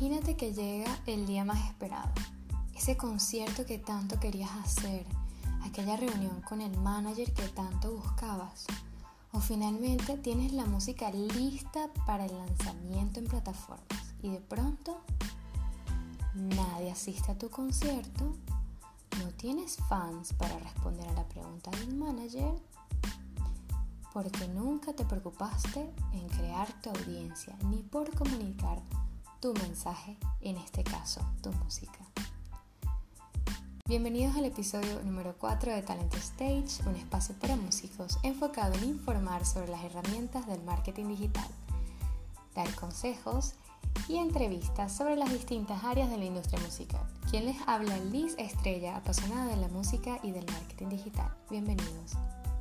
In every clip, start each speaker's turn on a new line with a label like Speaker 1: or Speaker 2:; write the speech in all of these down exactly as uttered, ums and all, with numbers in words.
Speaker 1: Imagínate que llega el día más esperado, ese concierto que tanto querías hacer, aquella reunión con el manager que tanto buscabas, o finalmente tienes la música lista para el lanzamiento en plataformas y de pronto nadie asiste a tu concierto, no tienes fans para responder a la pregunta del manager porque nunca te preocupaste en crear tu audiencia ni por comunicar tu mensaje, en este caso, tu música. Bienvenidos al episodio número cuatro de Talent Stage, un espacio para músicos enfocado en informar sobre las herramientas del marketing digital, dar consejos y entrevistas sobre las distintas áreas de la industria musical. Quien les habla, Liz Estrella, apasionada de la música y del marketing digital. Bienvenidos.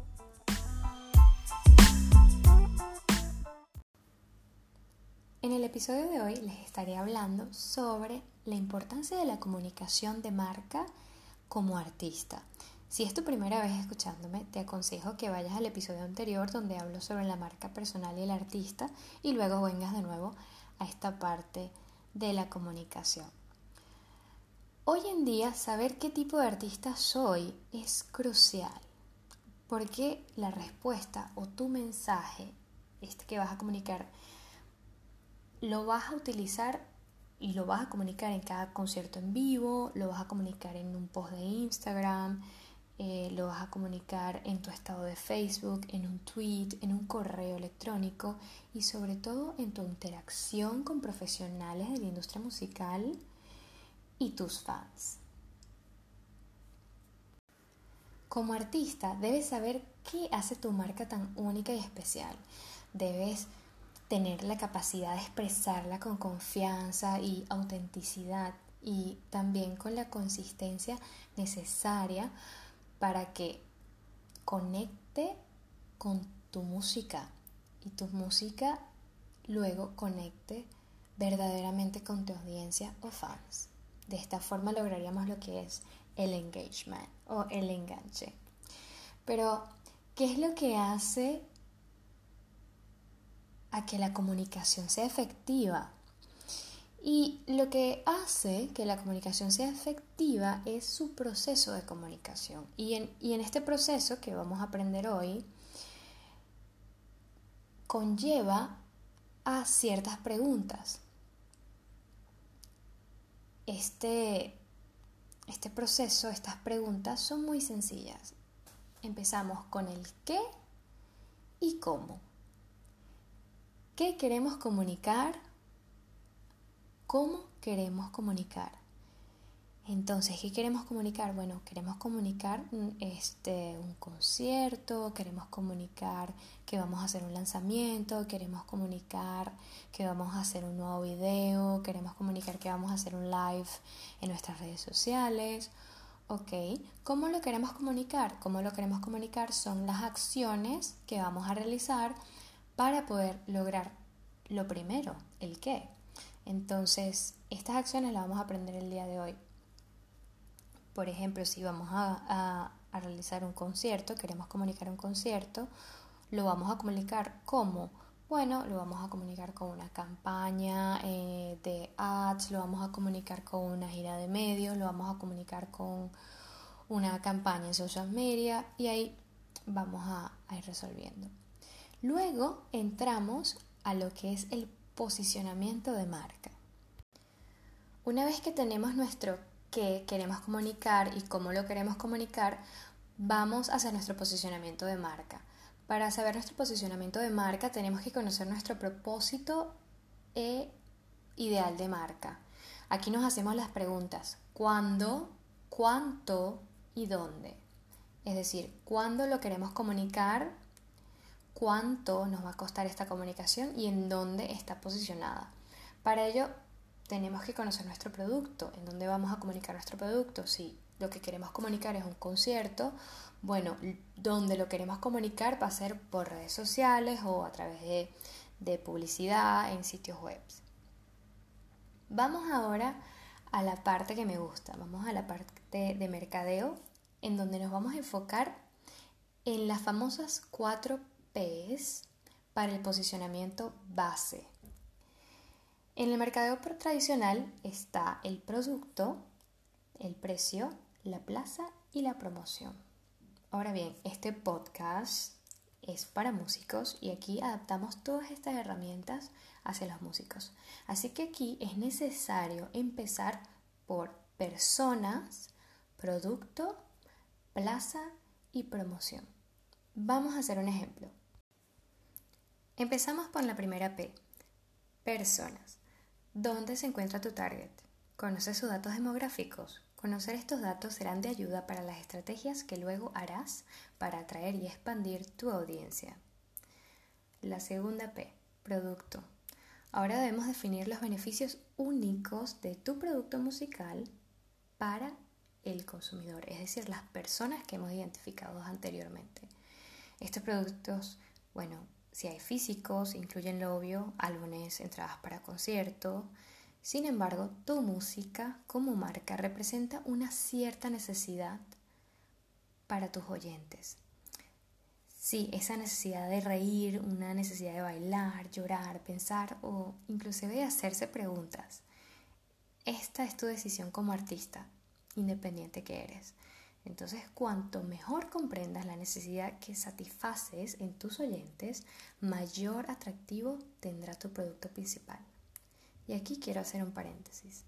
Speaker 1: En el episodio de hoy les estaré hablando sobre la importancia de la comunicación de marca como artista. Si es tu primera vez escuchándome, te aconsejo que vayas al episodio anterior donde hablo sobre la marca personal y el artista y luego vengas de nuevo a esta parte de la comunicación. Hoy en día, saber qué tipo de artista soy es crucial, porque la respuesta o tu mensaje este que vas a comunicar lo vas a utilizar y lo vas a comunicar en cada concierto en vivo, lo vas a comunicar en un post de Instagram, eh, lo vas a comunicar en tu estado de Facebook, en un tweet, en un correo electrónico y sobre todo en tu interacción con profesionales de la industria musical y tus fans. Como artista debes saber qué hace tu marca tan única y especial. Debes tener la capacidad de expresarla con confianza y autenticidad y también con la consistencia necesaria para que conecte con tu música y tu música luego conecte verdaderamente con tu audiencia o fans. De esta forma lograríamos lo que es el engagement o el enganche. Pero, ¿qué es lo que hace a que la comunicación sea efectiva? Y lo que hace que la comunicación sea efectiva es su proceso de comunicación. Y en, y en este proceso que vamos a aprender hoy, conlleva a ciertas preguntas. Este, este proceso, estas preguntas son muy sencillas. Empezamos con el qué y cómo. ¿Qué queremos comunicar? ¿Cómo queremos comunicar? Entonces, ¿qué queremos comunicar? Bueno, queremos comunicar este, un concierto, queremos comunicar que vamos a hacer un lanzamiento, queremos comunicar que vamos a hacer un nuevo video, queremos comunicar que vamos a hacer un live en nuestras redes sociales. Ok, ¿cómo lo queremos comunicar? ¿Cómo lo queremos comunicar? Son las acciones que vamos a realizar para poder lograr lo primero, el qué. Entonces, estas acciones las vamos a aprender el día de hoy. Por ejemplo, si vamos a, a, a realizar un concierto, queremos comunicar un concierto, lo vamos a comunicar ¿cómo? Bueno, lo vamos a comunicar con una campaña eh, de ads, lo vamos a comunicar con una gira de medios, lo vamos a comunicar con una campaña en social media y ahí vamos a, a ir resolviendo. Luego entramos a lo que es el posicionamiento de marca. Una vez que tenemos nuestro qué queremos comunicar y cómo lo queremos comunicar, vamos a hacer nuestro posicionamiento de marca. Para saber nuestro posicionamiento de marca tenemos que conocer nuestro propósito e ideal de marca. Aquí nos hacemos las preguntas: ¿cuándo, cuánto y dónde? Es decir, ¿cuándo lo queremos comunicar? ¿Cuánto nos va a costar esta comunicación y en dónde está posicionada? Para ello tenemos que conocer nuestro producto, en dónde vamos a comunicar nuestro producto. Si lo que queremos comunicar es un concierto, bueno, donde lo queremos comunicar va a ser por redes sociales o a través de, de publicidad en sitios web. Vamos ahora a la parte que me gusta, vamos a la parte de mercadeo, en donde nos vamos a enfocar en las famosas cuatro P's para el posicionamiento base. En el mercadeo tradicional está el producto, el precio, la plaza y la promoción. Ahora bien, este podcast es para músicos y aquí adaptamos todas estas herramientas hacia los músicos. Así que aquí es necesario empezar por personas, producto, plaza y promoción. Vamos a hacer un ejemplo. Empezamos por la primera P, personas. ¿Dónde se encuentra tu target? ¿Conoces sus datos demográficos? Conocer estos datos serán de ayuda para las estrategias que luego harás para atraer y expandir tu audiencia. La segunda P, producto. Ahora debemos definir los beneficios únicos de tu producto musical para el consumidor, es decir, las personas que hemos identificado anteriormente. Estos productos, bueno, si hay físicos, incluyen lo obvio, álbumes, entradas para concierto. Sin embargo, tu música como marca representa una cierta necesidad para tus oyentes. Sí, esa necesidad de reír, una necesidad de bailar, llorar, pensar o inclusive de hacerse preguntas. Esta es tu decisión como artista, independiente que eres. Entonces, cuanto mejor comprendas la necesidad que satisfaces en tus oyentes, mayor atractivo tendrá tu producto principal. Y aquí quiero hacer un paréntesis.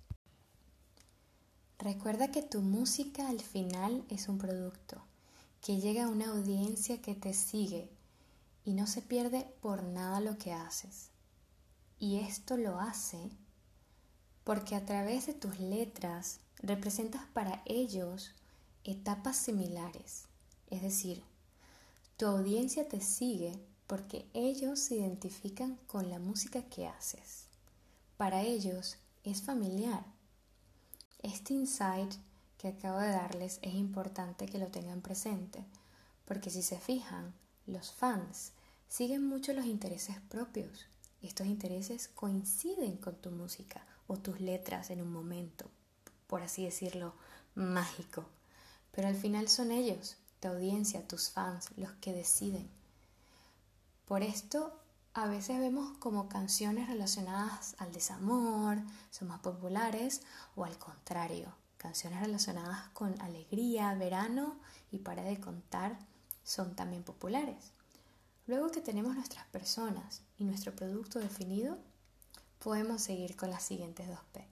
Speaker 1: Recuerda que tu música al final es un producto que llega a una audiencia que te sigue y no se pierde por nada lo que haces. Y esto lo hace porque a través de tus letras representas para ellos etapas similares, es decir, tu audiencia te sigue porque ellos se identifican con la música que haces. Para ellos es familiar. Este insight que acabo de darles es importante que lo tengan presente, porque si se fijan, los fans siguen mucho los intereses propios. Estos intereses coinciden con tu música o tus letras en un momento, por así decirlo, mágico. Pero al final son ellos, tu audiencia, tus fans, los que deciden. Por esto, a veces vemos como canciones relacionadas al desamor son más populares o al contrario, canciones relacionadas con alegría, verano y para de contar son también populares. Luego que tenemos nuestras personas y nuestro producto definido, podemos seguir con las siguientes dos P.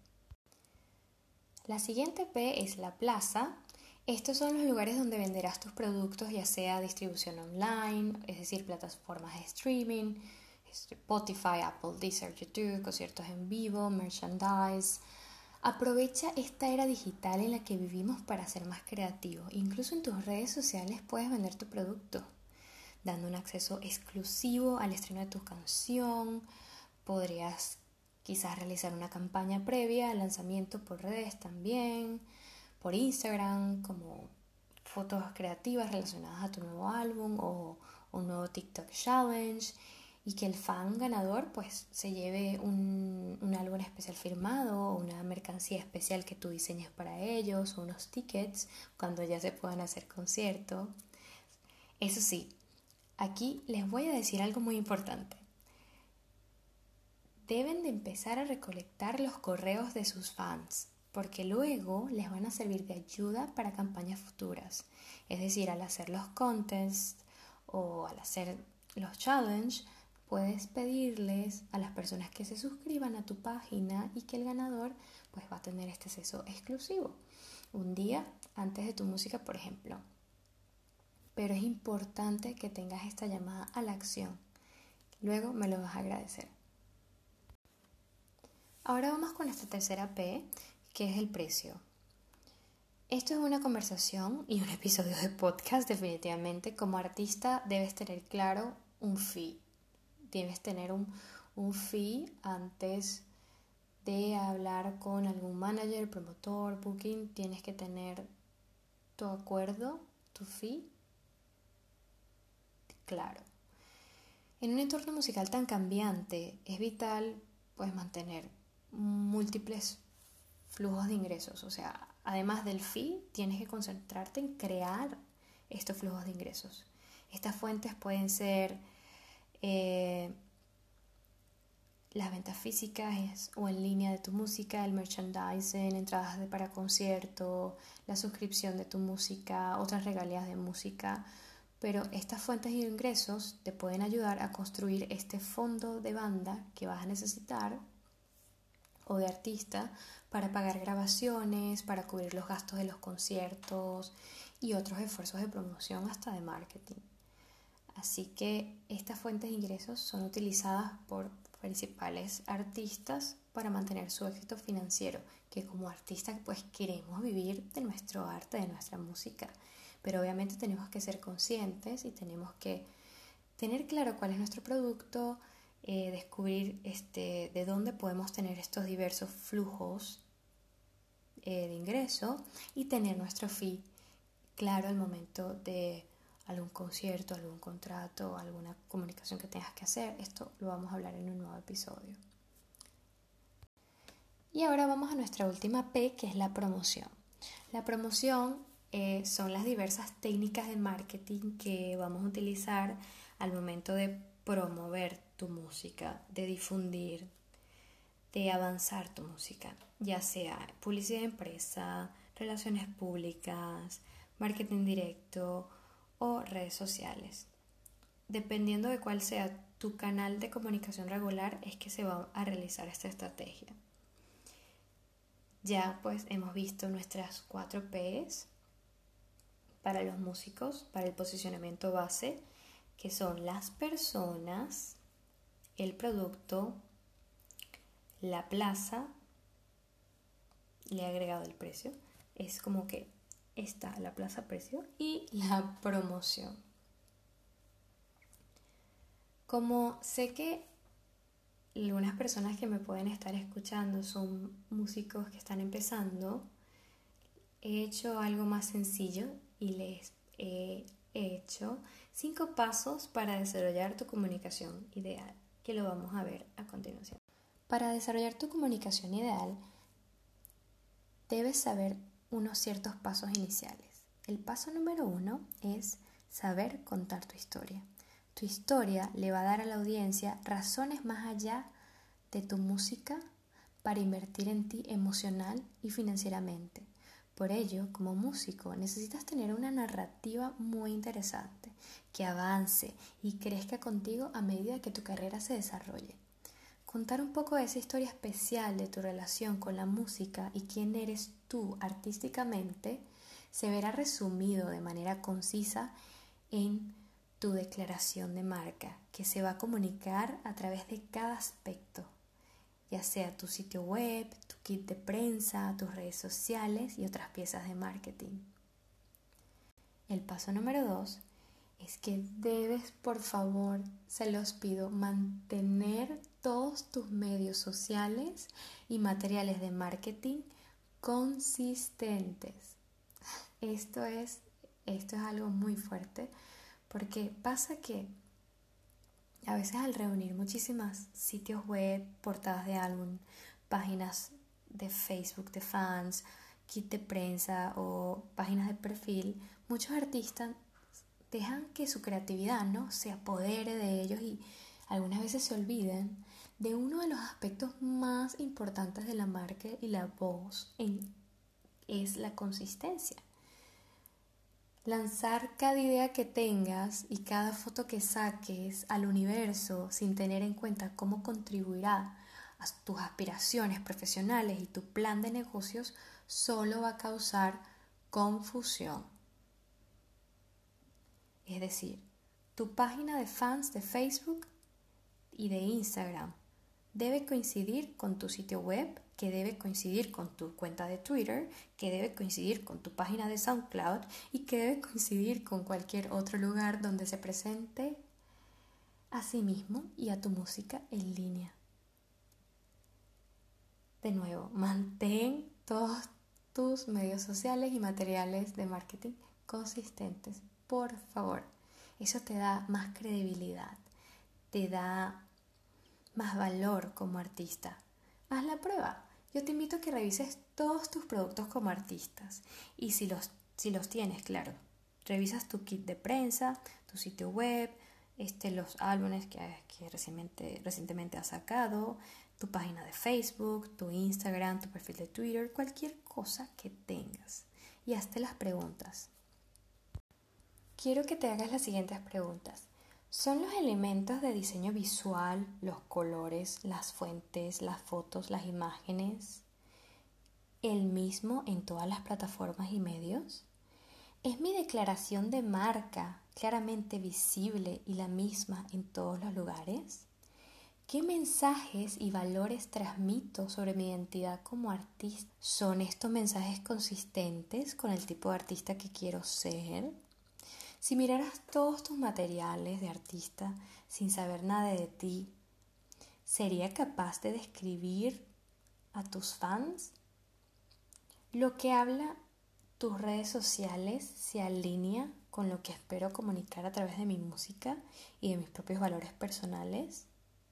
Speaker 1: La siguiente P es la plaza. Estos son los lugares donde venderás tus productos, ya sea distribución online, es decir, plataformas de streaming, Spotify, Apple, Deezer, YouTube, conciertos en vivo, merchandise. Aprovecha esta era digital en la que vivimos para ser más creativos. Incluso en tus redes sociales puedes vender tu producto, dando un acceso exclusivo al estreno de tu canción. Podrías quizás realizar una campaña previa al lanzamiento por redes también, por Instagram, como fotos creativas relacionadas a tu nuevo álbum o un nuevo TikTok Challenge, y que el fan ganador pues se lleve un, un álbum especial firmado o una mercancía especial que tú diseñes para ellos o unos tickets cuando ya se puedan hacer conciertos. Eso sí, aquí les voy a decir algo muy importante. Deben de empezar a recolectar los correos de sus fans, porque luego les van a servir de ayuda para campañas futuras. Es decir, al hacer los contests o al hacer los challenges, puedes pedirles a las personas que se suscriban a tu página y que el ganador pues va a tener este acceso exclusivo un día antes de tu música, por ejemplo. Pero es importante que tengas esta llamada a la acción. Luego me lo vas a agradecer. Ahora vamos con esta tercera P, que es el precio. Esto es una conversación y un episodio de podcast, definitivamente. Como artista debes tener claro un fee. Debes tener un, un fee antes de hablar con algún manager, promotor, booking. Tienes que tener tu acuerdo, tu fee, claro. En un entorno musical tan cambiante, es vital pues mantener múltiples flujos de ingresos. O sea, además del fee, tienes que concentrarte en crear estos flujos de ingresos. Estas fuentes pueden ser eh, las ventas físicas o en línea de tu música, el merchandising, entradas de, para concierto, la suscripción de tu música, otras regalías de música. Pero estas fuentes de ingresos te pueden ayudar a construir este fondo de banda que vas a necesitar o de artista para pagar grabaciones, para cubrir los gastos de los conciertos y otros esfuerzos de promoción hasta de marketing. Así que estas fuentes de ingresos son utilizadas por principales artistas para mantener su éxito financiero, que como artistas pues queremos vivir de nuestro arte, de nuestra música, pero obviamente tenemos que ser conscientes y tenemos que tener claro cuál es nuestro producto, eh, descubrir este, de dónde podemos tener estos diversos flujos eh, de ingreso y tener nuestro fee claro al momento de algún concierto, algún contrato, alguna comunicación que tengas que hacer. Esto lo vamos a hablar en un nuevo episodio. Y ahora vamos a nuestra última P, que es la promoción. La promoción eh, son las diversas técnicas de marketing que vamos a utilizar al momento de promover tu música, de difundir, de avanzar tu música, ya sea publicidad de empresa, relaciones públicas, marketing directo o redes sociales. Dependiendo de cuál sea tu canal de comunicación regular es que se va a realizar esta estrategia. Ya pues hemos visto nuestras cuatro P's para los músicos, para el posicionamiento base, que son las personas, el producto, la plaza, le he agregado el precio, es como que está la plaza precio y la promoción. Como sé que algunas personas que me pueden estar escuchando son músicos que están empezando, he hecho algo más sencillo y les he hecho cinco pasos para desarrollar tu comunicación ideal, que lo vamos a ver a continuación. Para desarrollar tu comunicación ideal, debes saber unos ciertos pasos iniciales. El paso número uno es saber contar tu historia. Tu historia le va a dar a la audiencia razones más allá de tu música para invertir en ti emocional y financieramente. Por ello, como músico, necesitas tener una narrativa muy interesante que avance y crezca contigo a medida que tu carrera se desarrolle. Contar un poco de esa historia especial de tu relación con la música y quién eres tú artísticamente se verá resumido de manera concisa en tu declaración de marca, que se va a comunicar a través de cada aspecto, ya sea tu sitio web, tu kit de prensa, tus redes sociales y otras piezas de marketing. El paso número dos es que debes, por favor, se los pido, mantener todos tus medios sociales y materiales de marketing consistentes. Esto es, esto es algo muy fuerte porque pasa que a veces al reunir muchísimos sitios web, portadas de álbum, páginas de Facebook de fans, kit de prensa o páginas de perfil, muchos artistas dejan que su creatividad, ¿no?, se apodere de ellos y algunas veces se olviden de uno de los aspectos más importantes de la marca y la voz, en, es la consistencia. Lanzar cada idea que tengas y cada foto que saques al universo sin tener en cuenta cómo contribuirá a tus aspiraciones profesionales y tu plan de negocios solo va a causar confusión. Es decir, tu página de fans de Facebook y de Instagram debe coincidir con tu sitio web, que debe coincidir con tu cuenta de Twitter, que debe coincidir con tu página de SoundCloud y que debe coincidir con cualquier otro lugar donde se presente a sí mismo y a tu música en línea. De nuevo, mantén todos tus medios sociales y materiales de marketing consistentes, por favor. Eso te da más credibilidad, te da más valor como artista. Haz la prueba. Yo te invito a que revises todos tus productos como artistas y si los, si los tienes, claro, revisas tu kit de prensa, tu sitio web, este, los álbumes que, que recientemente, recientemente has sacado, tu página de Facebook, tu Instagram, tu perfil de Twitter, cualquier cosa que tengas. Y hazte las preguntas. Quiero que te hagas las siguientes preguntas. ¿Son los elementos de diseño visual, los colores, las fuentes, las fotos, las imágenes, el mismo en todas las plataformas y medios? ¿Es mi declaración de marca claramente visible y la misma en todos los lugares? ¿Qué mensajes y valores transmito sobre mi identidad como artista? ¿Son estos mensajes consistentes con el tipo de artista que quiero ser? Si miraras todos tus materiales de artista sin saber nada de ti, ¿sería capaz de describir a tus fans? Lo que habla tus redes sociales se alinea con lo que espero comunicar a través de mi música y de mis propios valores personales.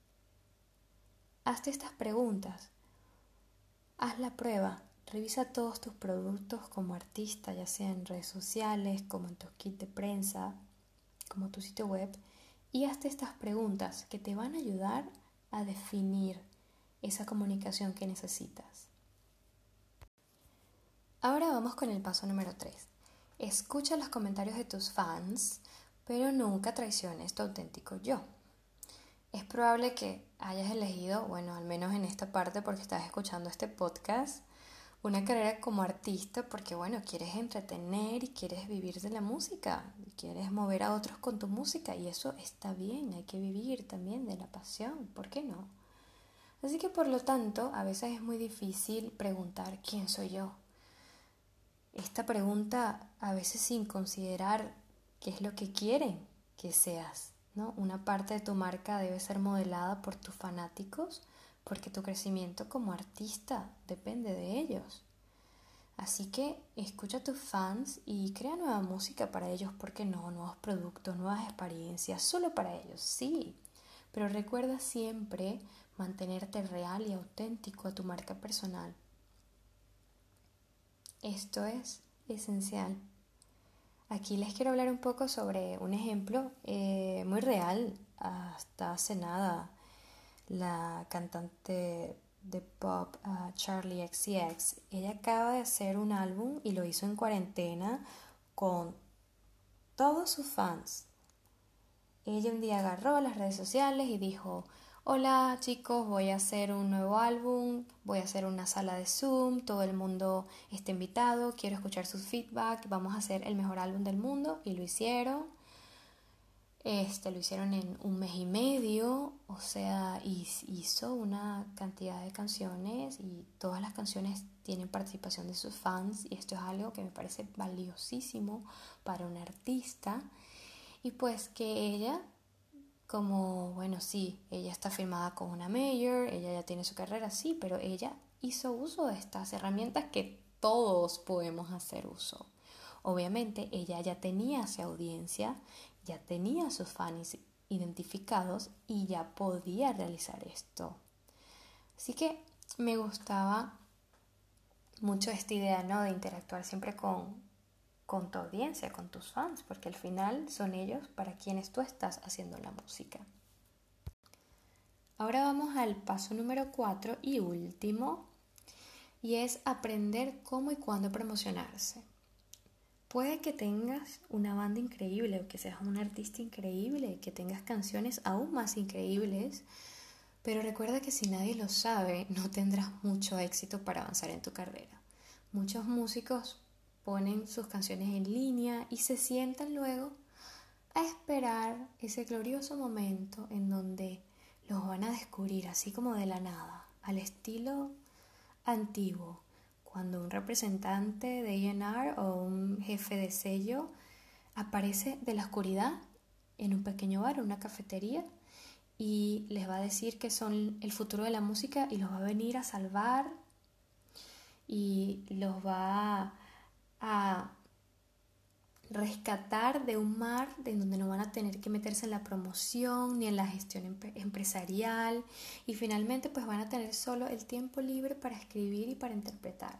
Speaker 1: Hazte estas preguntas. Haz la prueba. Revisa todos tus productos como artista, ya sea en redes sociales, como en tu kit de prensa, como tu sitio web, y hazte estas preguntas que te van a ayudar a definir esa comunicación que necesitas. Ahora vamos con el paso número tres. Escucha los comentarios de tus fans, pero nunca traiciones tu auténtico yo. Es probable que hayas elegido, bueno, al menos en esta parte porque estás escuchando este podcast, una carrera como artista porque, bueno, quieres entretener y quieres vivir de la música, y quieres mover a otros con tu música y eso está bien, hay que vivir también de la pasión, ¿por qué no? Así que por lo tanto, a veces es muy difícil preguntar quién soy yo. Esta pregunta a veces sin considerar qué es lo que quieren que seas, ¿no? Una parte de tu marca debe ser modelada por tus fanáticos porque tu crecimiento como artista depende de ellos. Así que escucha a tus fans y crea nueva música para ellos, ¿por qué no? Nuevos productos, nuevas experiencias, solo para ellos, sí. Pero recuerda siempre mantenerte real y auténtico a tu marca personal. Esto es esencial. Aquí les quiero hablar un poco sobre un ejemplo eh, muy real. Hasta hace nada, la cantante de pop uh, Charli X C X, ella acaba de hacer un álbum y lo hizo en cuarentena con todos sus fans. Ella un día agarró las redes sociales y dijo: hola chicos, voy a hacer un nuevo álbum, voy a hacer una sala de Zoom, todo el mundo está invitado, quiero escuchar sus feedback, vamos a hacer el mejor álbum del mundo. Y lo hicieron. Este, lo hicieron en un mes y medio, o sea, hizo una cantidad de canciones y todas las canciones tienen participación de sus fans y esto es algo que me parece valiosísimo para un artista. Y pues que ella, como, bueno, sí, ella está firmada con una major, ella ya tiene su carrera, sí, pero ella hizo uso de estas herramientas que todos podemos hacer uso. Obviamente ella ya tenía esa audiencia, ya tenía sus fans identificados y ya podía realizar esto. Así que me gustaba mucho esta idea, ¿no? De interactuar siempre con, con tu audiencia, con tus fans, porque al final son ellos para quienes tú estás haciendo la música. Ahora vamos al paso número cuatro y último, y es aprender cómo y cuándo promocionarse. Puede que tengas una banda increíble o que seas un artista increíble, que tengas canciones aún más increíbles, pero recuerda que si nadie lo sabe, no tendrás mucho éxito para avanzar en tu carrera. Muchos músicos ponen sus canciones en línea y se sientan luego a esperar ese glorioso momento en donde los van a descubrir así como de la nada, al estilo antiguo. Cuando un representante de A and R o un jefe de sello aparece de la oscuridad en un pequeño bar, una cafetería, y les va a decir que son el futuro de la música y los va a venir a salvar y los va a rescatar de un mar de donde no van a tener que meterse en la promoción ni en la gestión empresarial y finalmente pues van a tener solo el tiempo libre para escribir y para interpretar.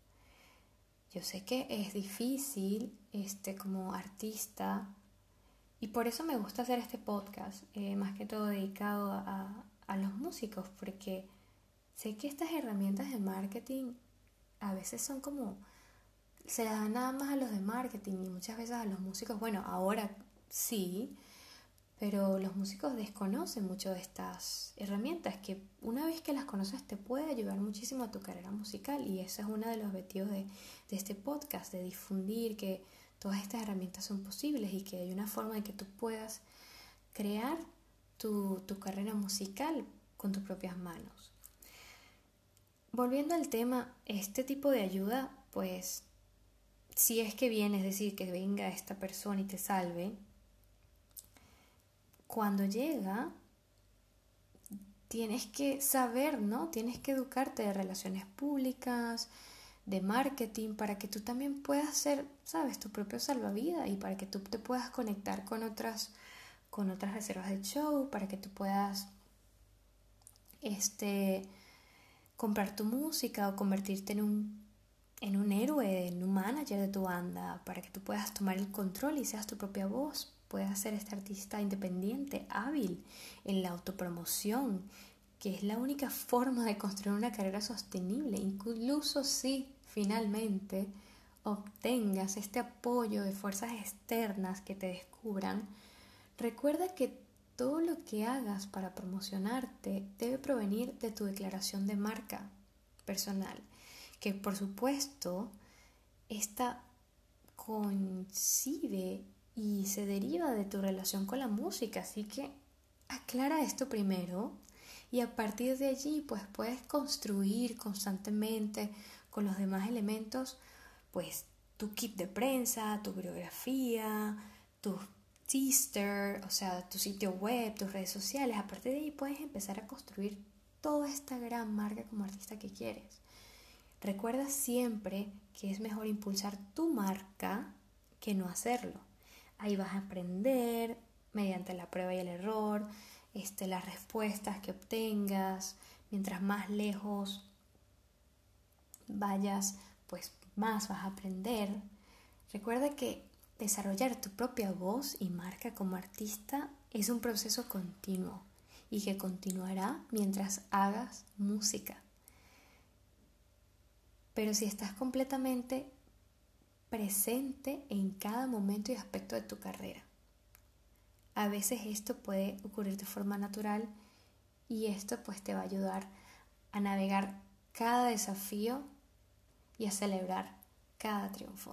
Speaker 1: Yo sé que es difícil este, como artista Y por eso me gusta hacer este podcast, eh, más que todo dedicado a, a los músicos, porque sé que estas herramientas de marketing a veces son como, se las dan nada más a los de marketing y muchas veces a los músicos, bueno, ahora sí, pero los músicos desconocen mucho de estas herramientas que una vez que las conoces te puede ayudar muchísimo a tu carrera musical, y ese es uno de los objetivos de, de este podcast, de difundir que todas estas herramientas son posibles y que hay una forma de que tú puedas crear tu, tu carrera musical con tus propias manos. Volviendo al tema, este tipo de ayuda, pues si es que viene, es decir, que venga esta persona y te salve, cuando llega tienes que saber, ¿no? Tienes que educarte de relaciones públicas, de marketing, para que tú también puedas ser, ¿sabes?, tu propio salvavidas, y para que tú te puedas conectar con otras, con otras reservas de show, para que tú puedas este, comprar tu música o convertirte en un, en un héroe, en un manager de tu banda, para que tú puedas tomar el control y seas tu propia voz, puedas ser este artista independiente, hábil en la autopromoción, que es la única forma de construir una carrera sostenible, incluso si finalmente obtengas este apoyo de fuerzas externas que te descubran. Recuerda que todo lo que hagas para promocionarte debe provenir de tu declaración de marca personal, que por supuesto esta coincide y se deriva de tu relación con la música, así que aclara esto primero y a partir de allí pues puedes construir constantemente con los demás elementos pues tu kit de prensa, tu biografía, tu teaser, o sea, tu sitio web, tus redes sociales. A partir de ahí puedes empezar a construir toda esta gran marca como artista que quieres. Recuerda siempre que es mejor impulsar tu marca que no hacerlo. Ahí vas a aprender mediante la prueba y el error, este, las respuestas que obtengas. Mientras más lejos vayas, pues más vas a aprender. Recuerda que desarrollar tu propia voz y marca como artista es un proceso continuo y que continuará mientras hagas música. Pero si estás completamente presente en cada momento y aspecto de tu carrera, a veces esto puede ocurrir de forma natural y esto pues te va a ayudar a navegar cada desafío y a celebrar cada triunfo.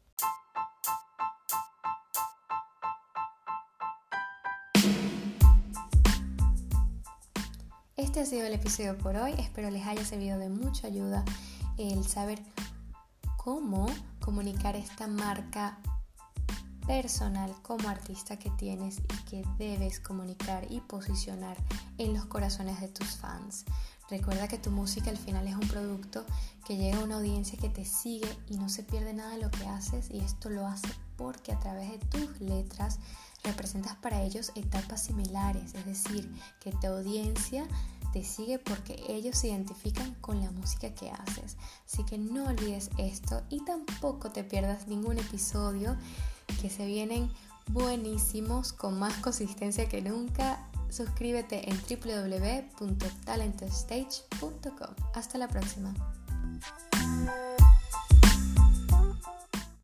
Speaker 1: Este ha sido el episodio por hoy. Espero les haya servido de mucha ayuda el saber cómo comunicar esta marca personal como artista que tienes y que debes comunicar y posicionar en los corazones de tus fans. Recuerda que tu música al final es un producto que llega a una audiencia que te sigue y no se pierde nada de lo que haces, y esto lo hace porque a través de tus letras representas para ellos etapas similares, es decir, que tu audiencia te sigue porque ellos se identifican con la música que haces. Así que no olvides esto y tampoco te pierdas ningún episodio, que se vienen buenísimos con más consistencia que nunca. Suscríbete en doble u doble u doble u punto talentstage punto com. Hasta la próxima.